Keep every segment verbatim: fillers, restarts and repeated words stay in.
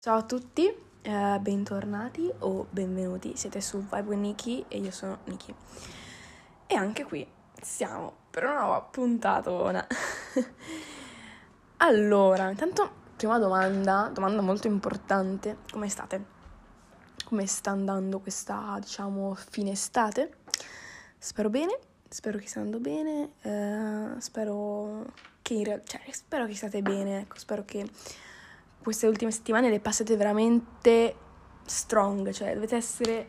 Ciao a tutti, eh, bentornati o benvenuti, siete su Vibe with Nikki e io sono Nikki. E anche qui siamo per una nuova puntatona. Allora, intanto, prima domanda, domanda molto importante, come state? Come sta andando questa, diciamo, fine estate? Spero bene, spero che stia andando bene, eh, spero che in realtà, cioè, spero che state bene, ecco, spero che queste ultime settimane le passate veramente strong, cioè dovete essere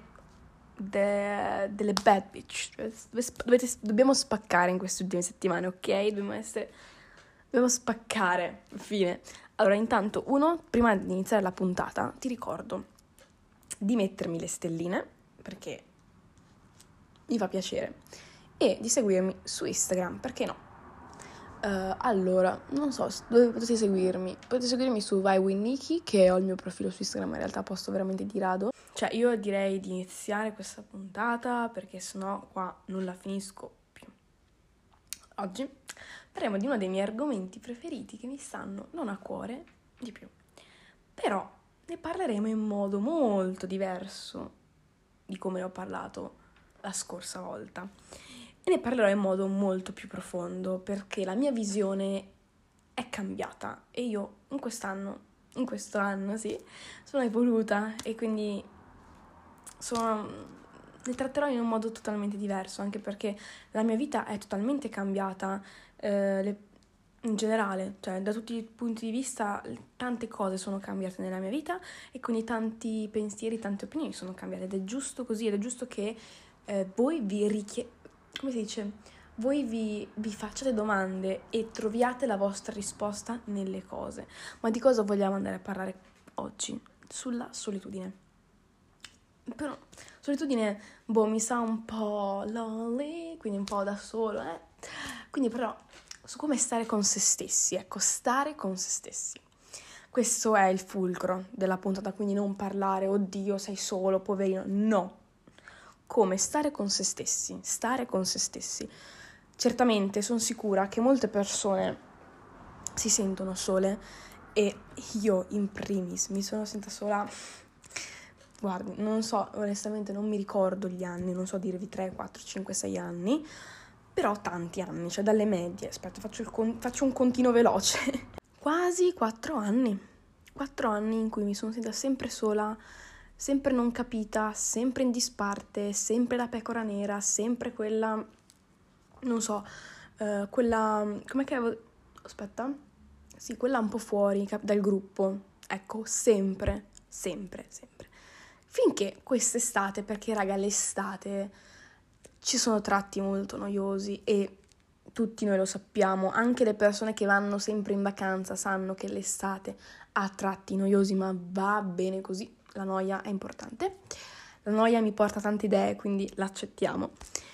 de- delle bad bitch, cioè, dovete, dobbiamo spaccare in queste ultime settimane, ok? Dobbiamo essere, dobbiamo spaccare, fine. Allora, intanto, uno, prima di iniziare la puntata, ti ricordo di mettermi le stelline, perché mi fa piacere, e di seguirmi su Instagram, perché no? Uh, allora, non so dove potete seguirmi. Potete seguirmi su Vai with Nikki, che ho il mio profilo su Instagram, in realtà posto veramente di rado. Cioè, io direi di iniziare questa puntata, perché sennò qua non la finisco più. Oggi parliamo di uno dei miei argomenti preferiti che mi stanno non a cuore di più. Però ne parleremo in modo molto diverso di come ho parlato la scorsa volta. E ne parlerò in modo molto più profondo, perché la mia visione è cambiata e io in quest'anno, in questo anno, sì, sono evoluta e quindi sono, ne tratterò in un modo totalmente diverso, anche perché la mia vita è totalmente cambiata, eh, le, in generale, cioè da tutti i punti di vista tante cose sono cambiate nella mia vita e quindi tanti pensieri, tante opinioni sono cambiate ed è giusto così, ed è giusto che eh, voi vi richiedete, come si dice, voi vi, vi facciate domande e troviate la vostra risposta nelle cose. Ma di cosa vogliamo andare a parlare oggi? Sulla solitudine. Però solitudine, boh, mi sa un po' lonely, quindi un po' da solo, eh. Quindi però su come stare con se stessi, ecco, stare con se stessi. Questo è il fulcro della puntata, quindi non parlare, oddio, sei solo, poverino, no. Come stare con se stessi, stare con se stessi. Certamente sono sicura che molte persone si sentono sole e io in primis mi sono sentita sola. Guardi, non so, onestamente non mi ricordo gli anni, non so dirvi tre, quattro, cinque, sei anni, però tanti anni, cioè dalle medie, aspetta, faccio, il con- faccio un continuo veloce. Quasi quattro anni, quattro anni in cui mi sono sentita sempre sola, sempre non capita, sempre in disparte, sempre la pecora nera, sempre quella, non so, uh, quella, com'è che avevo, aspetta, sì, quella un po' fuori cap- dal gruppo, ecco, sempre, sempre, sempre. Finché quest'estate, perché raga, l'estate ci sono tratti molto noiosi e tutti noi lo sappiamo, anche le persone che vanno sempre in vacanza sanno che l'estate ha tratti noiosi, ma va bene così, la noia è importante. La noia mi porta tante idee, quindi l'accettiamo.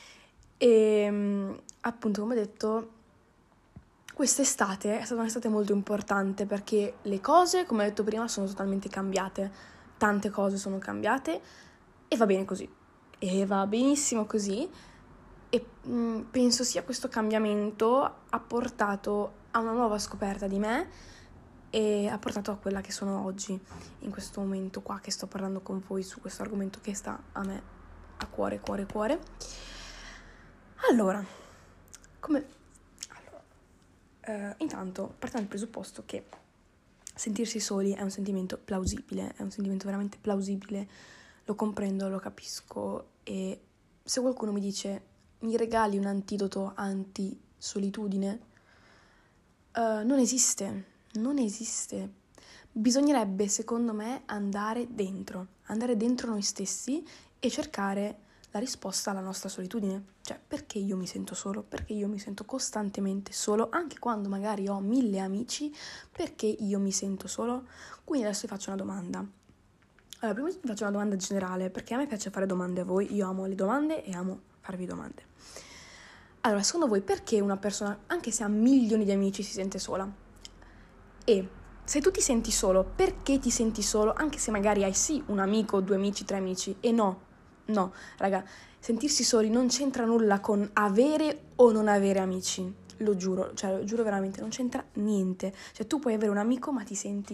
E appunto, come ho detto, quest'estate è stata un'estate molto importante perché le cose, come ho detto prima, sono totalmente cambiate. Tante cose sono cambiate e va bene così. E va benissimo così. E mh, penso sia questo cambiamento ha portato a una nuova scoperta di me e ha portato a quella che sono oggi, in questo momento qua che sto parlando con voi su questo argomento che sta a me a cuore, cuore, cuore. Allora, come... Allora, eh, intanto, partendo dal presupposto che sentirsi soli è un sentimento plausibile, è un sentimento veramente plausibile, lo comprendo, lo capisco e se qualcuno mi dice mi regali un antidoto anti-solitudine, uh, non esiste, non esiste. Bisognerebbe, secondo me, andare dentro, andare dentro noi stessi e cercare la risposta alla nostra solitudine. Cioè, perché io mi sento solo? Perché io mi sento costantemente solo, anche quando magari ho mille amici, perché io mi sento solo? Quindi adesso vi faccio una domanda. Allora, prima vi faccio una domanda generale, perché a me piace fare domande a voi, io amo le domande e amo farvi domande. Allora, secondo voi perché una persona, anche se ha milioni di amici, si sente sola? E se tu ti senti solo, perché ti senti solo? Anche se magari hai sì un amico, due amici, tre amici. E no, no, raga, sentirsi soli non c'entra nulla con avere o non avere amici. Lo giuro, cioè lo giuro veramente, non c'entra niente. Cioè tu puoi avere un amico ma ti senti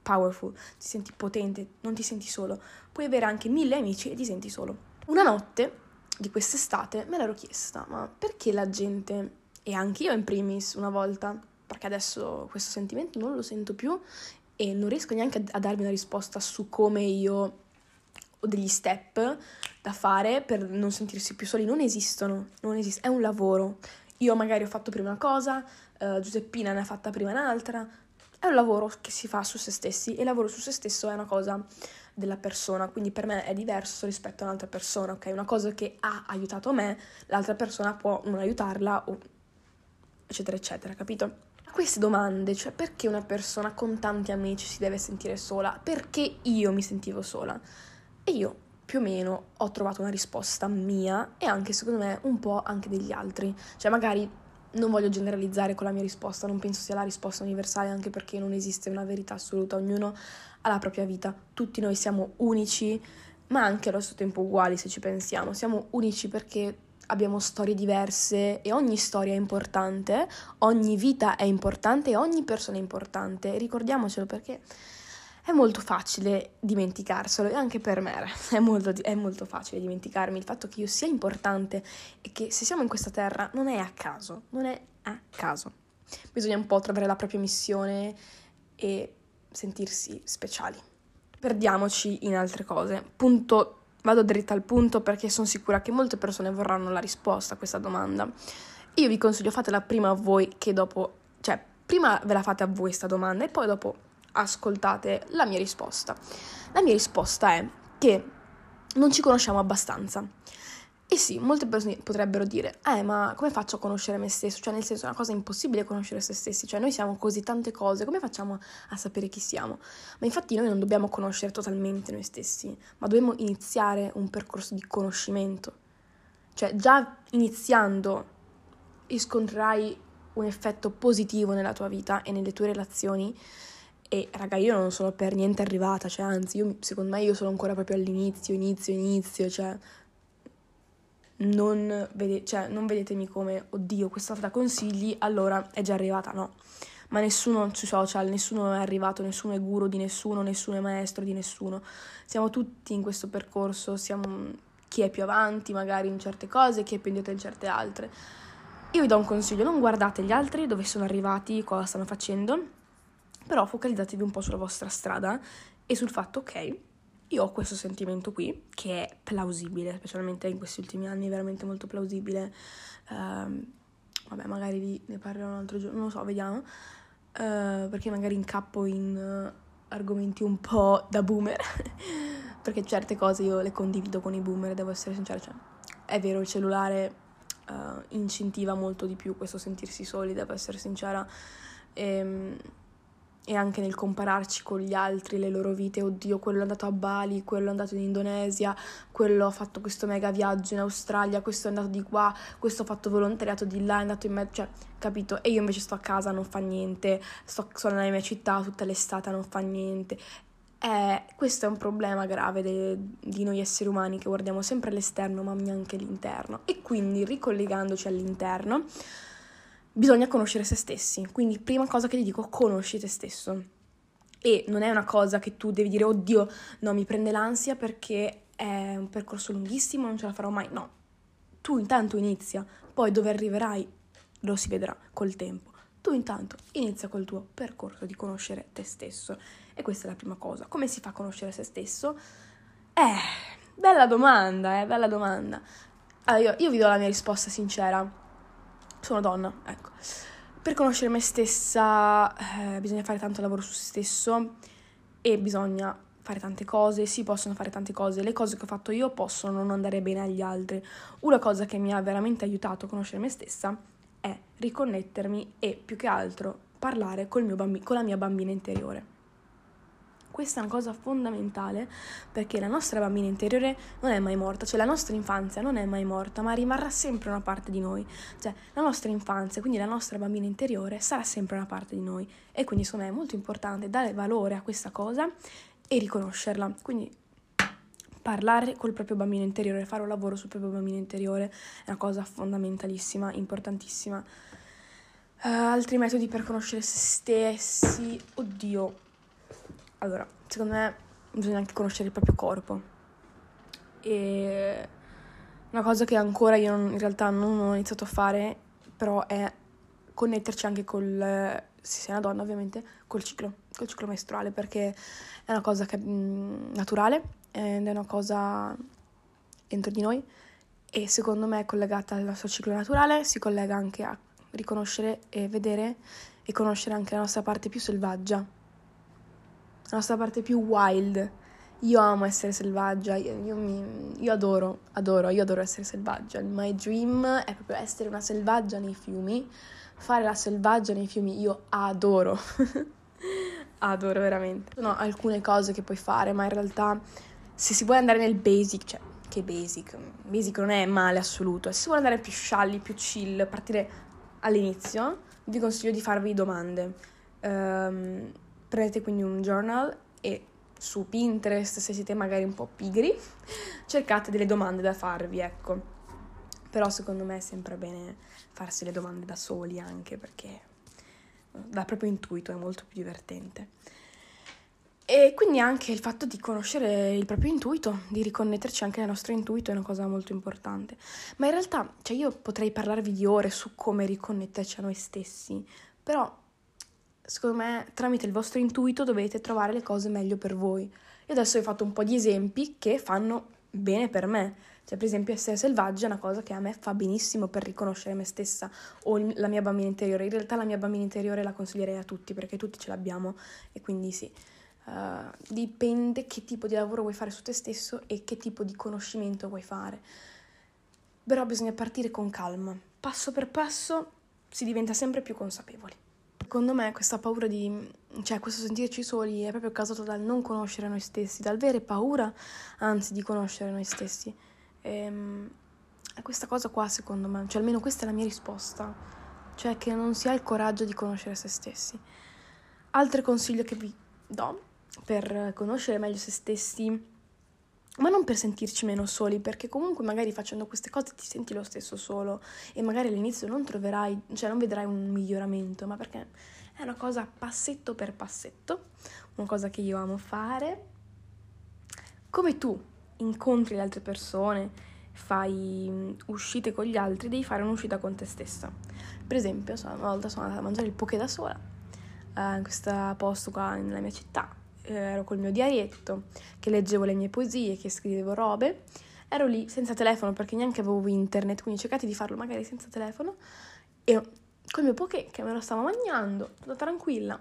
powerful, ti senti potente, non ti senti solo. Puoi avere anche mille amici e ti senti solo. Una notte di quest'estate me l'ero chiesta, ma perché la gente, e anche io in primis una volta, perché adesso questo sentimento non lo sento più e non riesco neanche a darmi una risposta su come io ho degli step da fare per non sentirsi più soli, non esistono, non esiste, è un lavoro. Io magari ho fatto prima una cosa, uh, Giuseppina ne ha fatta prima un'altra, è un lavoro che si fa su se stessi e il lavoro su se stesso è una cosa della persona, quindi per me è diverso rispetto a un'altra persona, ok? Una cosa che ha aiutato me, l'altra persona può non aiutarla, o eccetera, eccetera, capito? Queste domande, cioè perché una persona con tanti amici si deve sentire sola? Perché io mi sentivo sola? E io più o meno ho trovato una risposta mia e anche secondo me un po' anche degli altri. Cioè magari non voglio generalizzare con la mia risposta, non penso sia la risposta universale anche perché non esiste una verità assoluta, ognuno ha la propria vita, tutti noi siamo unici ma anche allo stesso tempo uguali se ci pensiamo, siamo unici perché abbiamo storie diverse e ogni storia è importante, ogni vita è importante e ogni persona è importante, ricordiamocelo perché è molto facile dimenticarselo e anche per me è molto, è molto facile dimenticarmi il fatto che io sia importante e che se siamo in questa terra non è a caso, non è a caso. Bisogna un po' trovare la propria missione e sentirsi speciali. Perdiamoci in altre cose. Punto, vado dritta al punto perché sono sicura che molte persone vorranno la risposta a questa domanda. Io vi consiglio, fatela prima a voi che dopo, cioè prima ve la fate a voi questa domanda e poi dopo ascoltate la mia risposta. La mia risposta è che non ci conosciamo abbastanza. E sì, molte persone potrebbero dire, eh ma come faccio a conoscere me stesso? Cioè nel senso è una cosa impossibile conoscere se stessi, cioè noi siamo così tante cose, come facciamo a sapere chi siamo? Ma infatti noi non dobbiamo conoscere totalmente noi stessi, ma dobbiamo iniziare un percorso di conoscimento. Cioè già iniziando riscontrerai un effetto positivo nella tua vita e nelle tue relazioni. E raga, io non sono per niente arrivata, cioè anzi, io, secondo me io sono ancora proprio all'inizio, inizio, inizio, cioè non, vede, cioè non vedetemi come, oddio, questa da consigli, allora è già arrivata, no. Ma nessuno sui social, nessuno è arrivato, nessuno è guru di nessuno, nessuno è maestro di nessuno. Siamo tutti in questo percorso, siamo chi è più avanti magari in certe cose, chi è più indietro in certe altre. Io vi do un consiglio, non guardate gli altri, dove sono arrivati, cosa stanno facendo, però focalizzatevi un po' sulla vostra strada e sul fatto, ok, io ho questo sentimento qui, che è plausibile, specialmente in questi ultimi anni, è veramente molto plausibile. Uh, vabbè, magari ne parlerò un altro giorno, non lo so, vediamo, uh, perché magari incappo in uh, argomenti un po' da boomer, perché certe cose io le condivido con i boomer, devo essere sincera, cioè, è vero, il cellulare uh, incentiva molto di più questo sentirsi soli, devo essere sincera, e... e anche nel compararci con gli altri, le loro vite, oddio, quello è andato a Bali, quello è andato in Indonesia, quello ha fatto questo mega viaggio in Australia, questo è andato di qua, questo ha fatto volontariato di là, è andato in mezzo, cioè, capito? E io invece sto a casa, non fa niente, sto sono nella mia città tutta l'estate, non fa niente. Eh, questo è un problema grave de, di noi esseri umani, che guardiamo sempre l'esterno, ma neanche l'interno. E quindi, ricollegandoci all'interno, bisogna conoscere se stessi, quindi prima cosa che ti dico, conosci te stesso. E non è una cosa che tu devi dire, oddio, no, mi prende l'ansia perché è un percorso lunghissimo, non ce la farò mai. No, tu intanto inizia, poi dove arriverai lo si vedrà col tempo. Tu intanto inizia col tuo percorso di conoscere te stesso. E questa è la prima cosa. Come si fa a conoscere se stesso? Eh, bella domanda, eh, bella domanda. Allora, io, io vi do la mia risposta sincera. Sono donna, ecco. Per conoscere me stessa eh, bisogna fare tanto lavoro su se stesso e bisogna fare tante cose, si possono fare tante cose, le cose che ho fatto io possono non andare bene agli altri. Una cosa che mi ha veramente aiutato a conoscere me stessa è riconnettermi e più che altro parlare col mio bambi- con la mia bambina interiore. Questa è una cosa fondamentale perché la nostra bambina interiore non è mai morta, cioè la nostra infanzia non è mai morta, ma rimarrà sempre una parte di noi. Cioè la nostra infanzia, quindi la nostra bambina interiore, sarà sempre una parte di noi. E quindi secondo me è molto importante dare valore a questa cosa e riconoscerla. Quindi parlare col proprio bambino interiore, fare un lavoro sul proprio bambino interiore è una cosa fondamentalissima, importantissima. Uh, altri metodi per conoscere se stessi, oddio... allora, secondo me bisogna anche conoscere il proprio corpo. E una cosa che ancora io non, in realtà non ho iniziato a fare, però è connetterci anche col, se sei una donna ovviamente, col ciclo, col ciclo mestruale, perché è una cosa che è mh, naturale ed è una cosa dentro di noi e secondo me è collegata al nostro ciclo naturale, si collega anche a riconoscere e vedere e conoscere anche la nostra parte più selvaggia, la nostra parte più wild. Io amo essere selvaggia, io, io, mi, io adoro, adoro, io adoro essere selvaggia. Il my dream è proprio essere una selvaggia nei fiumi, fare la selvaggia nei fiumi, io adoro, adoro veramente. Sono alcune cose che puoi fare, ma in realtà se si vuole andare nel basic, cioè, che basic? Basic non è male assoluto, se si vuole andare più scialli, più chill, partire all'inizio, vi consiglio di farvi domande. Um, prendete quindi un journal e su Pinterest, se siete magari un po' pigri, cercate delle domande da farvi, ecco. Però secondo me è sempre bene farsi le domande da soli anche perché dà proprio intuito, è molto più divertente. E quindi anche il fatto di conoscere il proprio intuito, di riconnetterci anche al nostro intuito è una cosa molto importante. Ma in realtà, cioè io potrei parlarvi di ore su come riconnetterci a noi stessi, però secondo me tramite il vostro intuito dovete trovare le cose meglio per voi. Io adesso vi ho fatto un po' di esempi che fanno bene per me. Cioè, per esempio, essere selvaggia è una cosa che a me fa benissimo per riconoscere me stessa o il- la mia bambina interiore. In realtà la mia bambina interiore la consiglierei a tutti perché tutti ce l'abbiamo e quindi sì. Uh, dipende che tipo di lavoro vuoi fare su te stesso e che tipo di conoscimento vuoi fare. Però bisogna partire con calma. Passo per passo si diventa sempre più consapevoli. Secondo me questa paura di, cioè questo sentirci soli è proprio causato dal non conoscere noi stessi, dal avere paura, anzi, di conoscere noi stessi. E, e questa cosa qua, secondo me, cioè almeno questa è la mia risposta, cioè che non si ha il coraggio di conoscere se stessi. Altro consiglio che vi do per conoscere meglio se stessi, ma non per sentirci meno soli, perché comunque magari facendo queste cose ti senti lo stesso solo e magari all'inizio non troverai, cioè non vedrai un miglioramento, ma perché è una cosa passetto per passetto, una cosa che io amo fare. Come tu incontri le altre persone, fai uscite con gli altri, devi fare un'uscita con te stessa. Per esempio, una volta sono andata a mangiare il poké da sola, in questo posto qua nella mia città. Ero col mio diarietto, che leggevo le mie poesie, che scrivevo robe. Ero lì senza telefono perché neanche avevo internet, quindi cercate di farlo magari senza telefono. E col mio poké che me lo stavo mangiando, tutta tranquilla.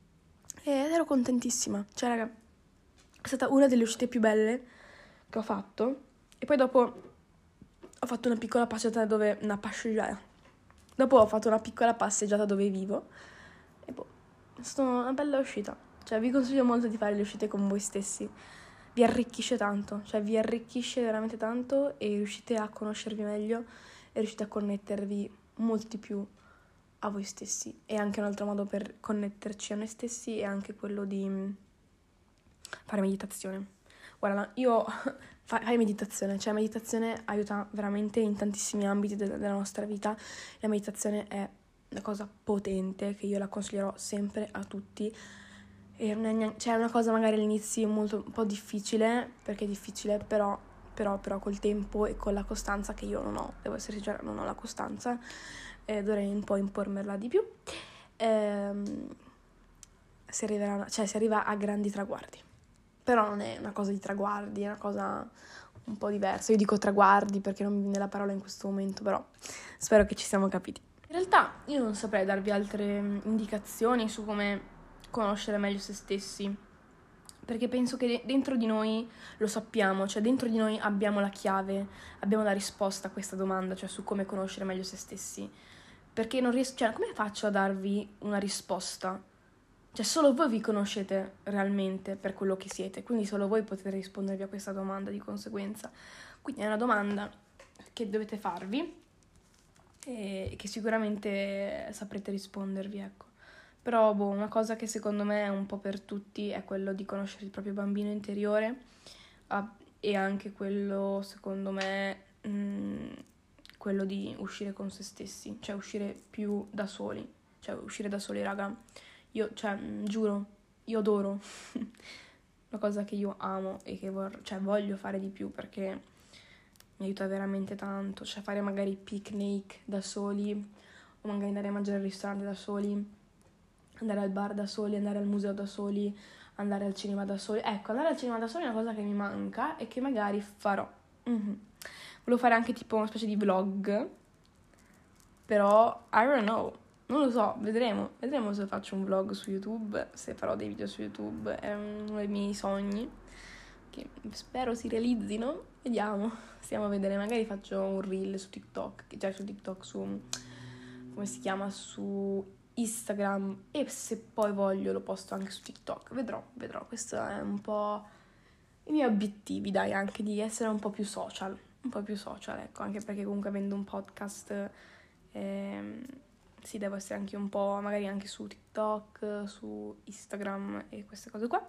Ed ero contentissima. Cioè, raga, è stata una delle uscite più belle che ho fatto. E poi dopo ho fatto una piccola passeggiata dove... Una passeggiata. Dopo ho fatto una piccola passeggiata dove vivo. E boh, è stata una bella uscita. Cioè, vi consiglio molto di fare le uscite con voi stessi. Vi arricchisce tanto. Cioè, vi arricchisce veramente tanto e riuscite a conoscervi meglio e riuscite a connettervi molto di più a voi stessi. E anche un altro modo per connetterci a noi stessi è anche quello di fare meditazione. Guarda, io fai meditazione, cioè meditazione aiuta veramente in tantissimi ambiti de- della nostra vita. La meditazione è una cosa potente che io la consiglierò sempre a tutti. E non è neanche, cioè è una cosa magari all'inizio molto un po' difficile, perché è difficile, però, però, però col tempo e con la costanza che io non ho, devo essere sincera, non ho la costanza, eh, dovrei un po' impormerla di più. Ehm, si arriverà, cioè si arriva a grandi traguardi. Però non è una cosa di traguardi, è una cosa un po' diversa. Io dico traguardi perché non mi viene la parola in questo momento, però spero che ci siamo capiti. In realtà io non saprei darvi altre indicazioni su come conoscere meglio se stessi, perché penso che dentro di noi lo sappiamo, cioè dentro di noi abbiamo la chiave, abbiamo la risposta a questa domanda, cioè su come conoscere meglio se stessi. Perché non riesco, cioè come faccio a darvi una risposta? Cioè solo voi vi conoscete realmente per quello che siete, quindi solo voi potete rispondervi a questa domanda di conseguenza. Quindi è una domanda che dovete farvi e che sicuramente saprete rispondervi, ecco. Però boh, una cosa che secondo me è un po' per tutti è quello di conoscere il proprio bambino interiore uh, e anche quello, secondo me, mh, quello di uscire con se stessi, cioè uscire più da soli, cioè uscire da soli, raga. Io, cioè, mh, giuro, io adoro, una cosa che io amo e che vor- cioè, voglio fare di più perché mi aiuta veramente tanto, cioè fare magari picnic da soli o magari andare a mangiare al ristorante da soli, andare al bar da soli, andare al museo da soli, andare al cinema da soli. Ecco, andare al cinema da soli è una cosa che mi manca e che magari farò. Mhm. Volevo fare anche tipo una specie di vlog, però I don't know, non lo so, vedremo. Vedremo se faccio un vlog su YouTube, se farò dei video su YouTube, è uno dei miei sogni che spero si realizzino. Vediamo, stiamo a vedere, magari faccio un reel su TikTok, cioè su TikTok, su, come si chiama, su Instagram, e se poi voglio lo posto anche su TikTok, vedrò, vedrò, questo è un po' i miei obiettivi, dai, anche di essere un po' più social, un po' più social, ecco, anche perché comunque avendo un podcast, ehm, sì, devo essere anche un po', magari anche su TikTok, su Instagram e queste cose qua.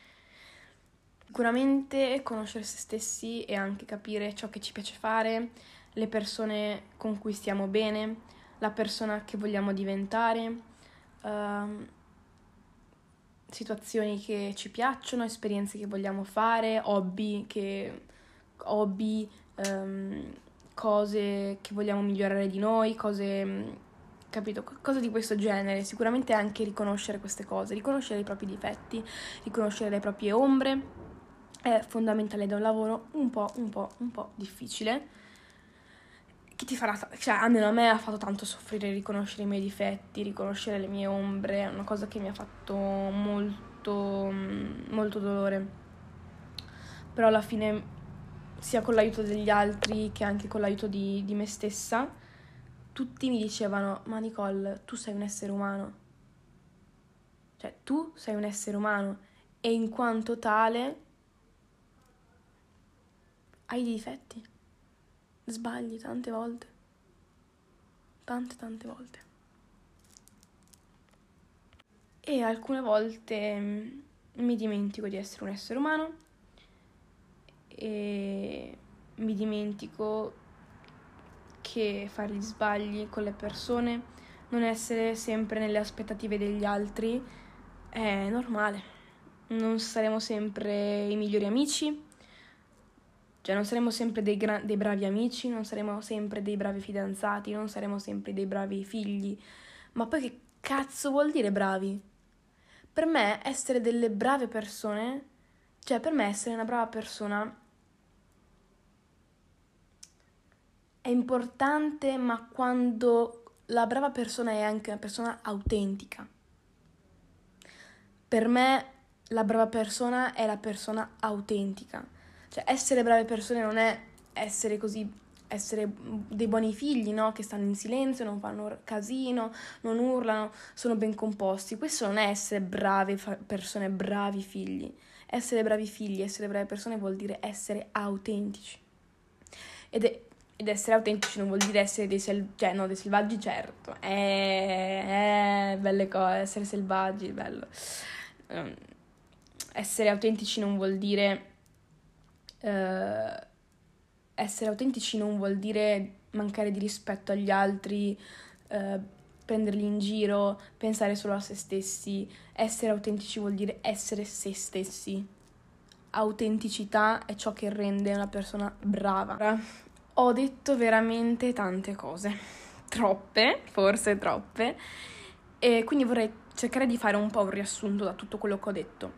Sicuramente conoscere se stessi e anche capire ciò che ci piace fare, le persone con cui stiamo bene, la persona che vogliamo diventare, ehm, situazioni che ci piacciono, esperienze che vogliamo fare, hobby, che, hobby ehm, cose che vogliamo migliorare di noi, cose, capito, cose di questo genere. Sicuramente anche riconoscere queste cose, riconoscere i propri difetti, riconoscere le proprie ombre è fondamentale da un lavoro un po', un po', un po' difficile, che ti farà, cioè almeno a me ha fatto tanto soffrire riconoscere i miei difetti, riconoscere le mie ombre, è una cosa che mi ha fatto molto, molto dolore. Però alla fine, sia con l'aiuto degli altri che anche con l'aiuto di, di me stessa, tutti mi dicevano: ma Nicole, tu sei un essere umano. Cioè, tu sei un essere umano e in quanto tale hai dei difetti. Sbagli tante volte. Tante, tante volte. E alcune volte mh, mi dimentico di essere un essere umano e mi dimentico che fare gli sbagli con le persone, non essere sempre nelle aspettative degli altri è normale. Non saremo sempre i migliori amici, cioè non saremo sempre dei, gra- dei bravi amici, non saremo sempre dei bravi fidanzati, non saremo sempre dei bravi figli. Ma poi che cazzo vuol dire bravi? Per me essere delle brave persone, cioè per me essere una brava persona è importante, ma quando la brava persona è anche una persona autentica. Per me la brava persona è la persona autentica. Cioè essere brave persone non è essere così, essere dei buoni figli, no? Che stanno in silenzio, non fanno casino, non urlano, sono ben composti. Questo non è essere brave persone, bravi figli. Essere bravi figli, essere brave persone vuol dire essere autentici. Ed, è, ed essere autentici non vuol dire essere dei, sel, cioè, no, dei selvaggi, certo. Eh, eh, belle cose, essere selvaggi, bello. Um, essere autentici non vuol dire... Uh, essere autentici non vuol dire mancare di rispetto agli altri, uh, prenderli in giro, pensare solo a se stessi. Essere autentici vuol dire essere se stessi. Autenticità è ciò che rende una persona brava. Ho detto veramente tante cose, troppe, forse troppe, e quindi vorrei cercare di fare un po' un riassunto da tutto quello che ho detto.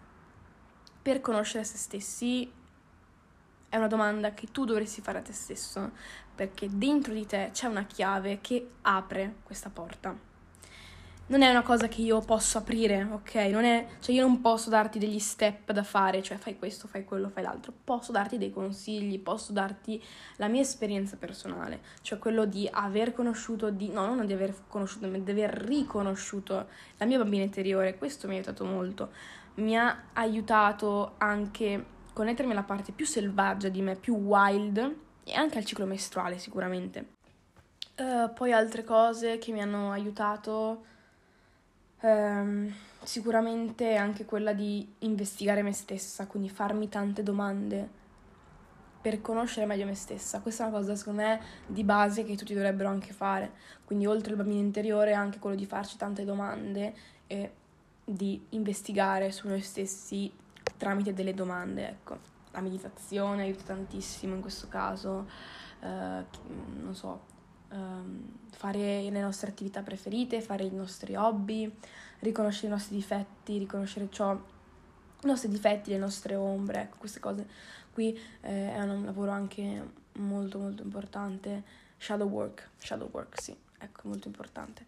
Per conoscere se stessi è una domanda che tu dovresti fare a te stesso, perché dentro di te c'è una chiave che apre questa porta. Non è una cosa che io posso aprire, ok? Non è, cioè io non posso darti degli step da fare, cioè fai questo, fai quello, fai l'altro. Posso darti dei consigli, posso darti la mia esperienza personale, cioè quello di aver conosciuto, di, no, non di aver conosciuto, ma di aver riconosciuto la mia bambina interiore. Questo mi ha aiutato molto. Mi ha aiutato anche a connettermi alla parte più selvaggia di me, più wild, e anche al ciclo mestruale sicuramente. Uh, poi altre cose che mi hanno aiutato... Um, sicuramente anche quella di investigare me stessa, quindi farmi tante domande per conoscere meglio me stessa. Questa è una cosa secondo me di base che tutti dovrebbero anche fare, quindi oltre al bambino interiore anche quello di farci tante domande e di investigare su noi stessi tramite delle domande, ecco. La meditazione aiuta tantissimo in questo caso, eh, non so, ehm, fare le nostre attività preferite, fare i nostri hobby, riconoscere i nostri difetti, riconoscere ciò, i nostri difetti, le nostre ombre, ecco, queste cose qui eh, è un lavoro anche molto molto importante. Shadow work, shadow work, sì, ecco, molto importante.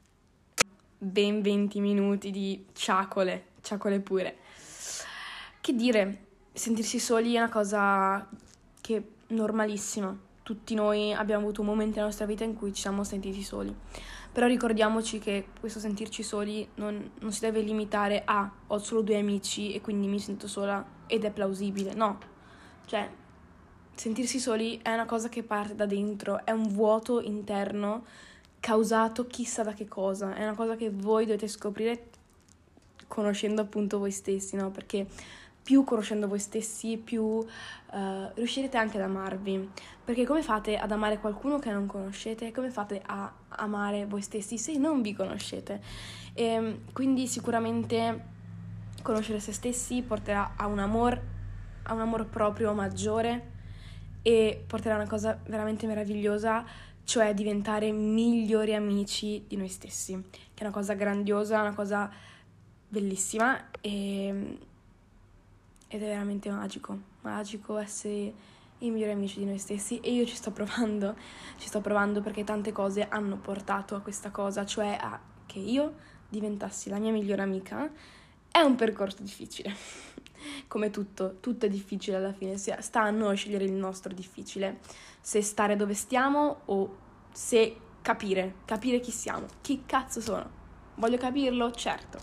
Ben venti minuti di ciacole, ciacole pure. Che dire, sentirsi soli è una cosa che è normalissima. Tutti noi abbiamo avuto un momento nella nostra vita in cui ci siamo sentiti soli. Però ricordiamoci che questo sentirci soli non, non si deve limitare a ho solo due amici e quindi mi sento sola ed è plausibile. No, cioè sentirsi soli è una cosa che parte da dentro, è un vuoto interno causato chissà da che cosa, è una cosa che voi dovete scoprire conoscendo appunto voi stessi, no? Perché più conoscendo voi stessi, più uh, riuscirete anche ad amarvi. Perché come fate ad amare qualcuno che non conoscete? Come fate a amare voi stessi se non vi conoscete? E quindi sicuramente conoscere se stessi porterà a un amor, a un amor proprio maggiore e porterà a una cosa veramente meravigliosa, cioè diventare migliori amici di noi stessi, che è una cosa grandiosa, una cosa bellissima e, ed è veramente magico, magico essere i migliori amici di noi stessi e io ci sto provando, ci sto provando perché tante cose hanno portato a questa cosa, cioè a che io diventassi la mia migliore amica. È un percorso difficile, come tutto, tutto è difficile alla fine, sta a noi scegliere il nostro difficile, se stare dove stiamo o se capire, capire chi siamo, chi cazzo sono, voglio capirlo? Certo.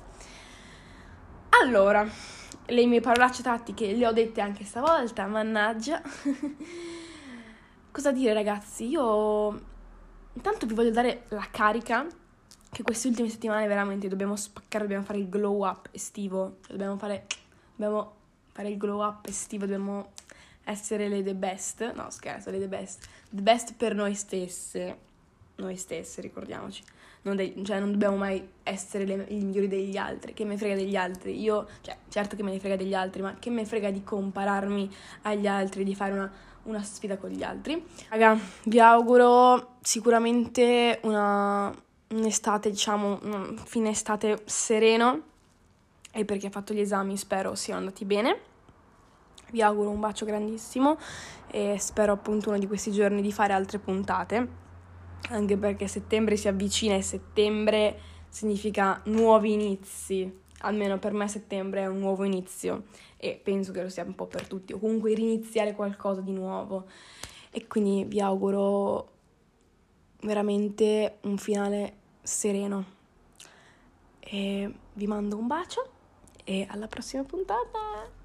Allora, le mie parolacce tattiche le ho dette anche stavolta, mannaggia. Cosa dire ragazzi, io intanto vi voglio dare la carica che queste ultime settimane veramente dobbiamo spaccare, dobbiamo fare il glow up estivo, dobbiamo fare, dobbiamo fare il glow up estivo, dobbiamo essere le the best, no scherzo, le the best, the best per noi stesse, noi stesse, ricordiamoci, non dei, cioè non dobbiamo mai essere le, i migliori degli altri, che me frega degli altri, io, cioè certo che me ne frega degli altri, ma che me frega di compararmi agli altri, di fare una, una sfida con gli altri. Raga, vi auguro sicuramente una... un'estate, diciamo, un fine estate sereno e perché ho fatto gli esami spero siano andati bene. Vi auguro un bacio grandissimo e spero appunto uno di questi giorni di fare altre puntate, anche perché settembre si avvicina e settembre significa nuovi inizi, almeno per me settembre è un nuovo inizio e penso che lo sia un po' per tutti, o comunque riniziare qualcosa di nuovo e quindi vi auguro veramente un finale sereno e vi mando un bacio e alla prossima puntata.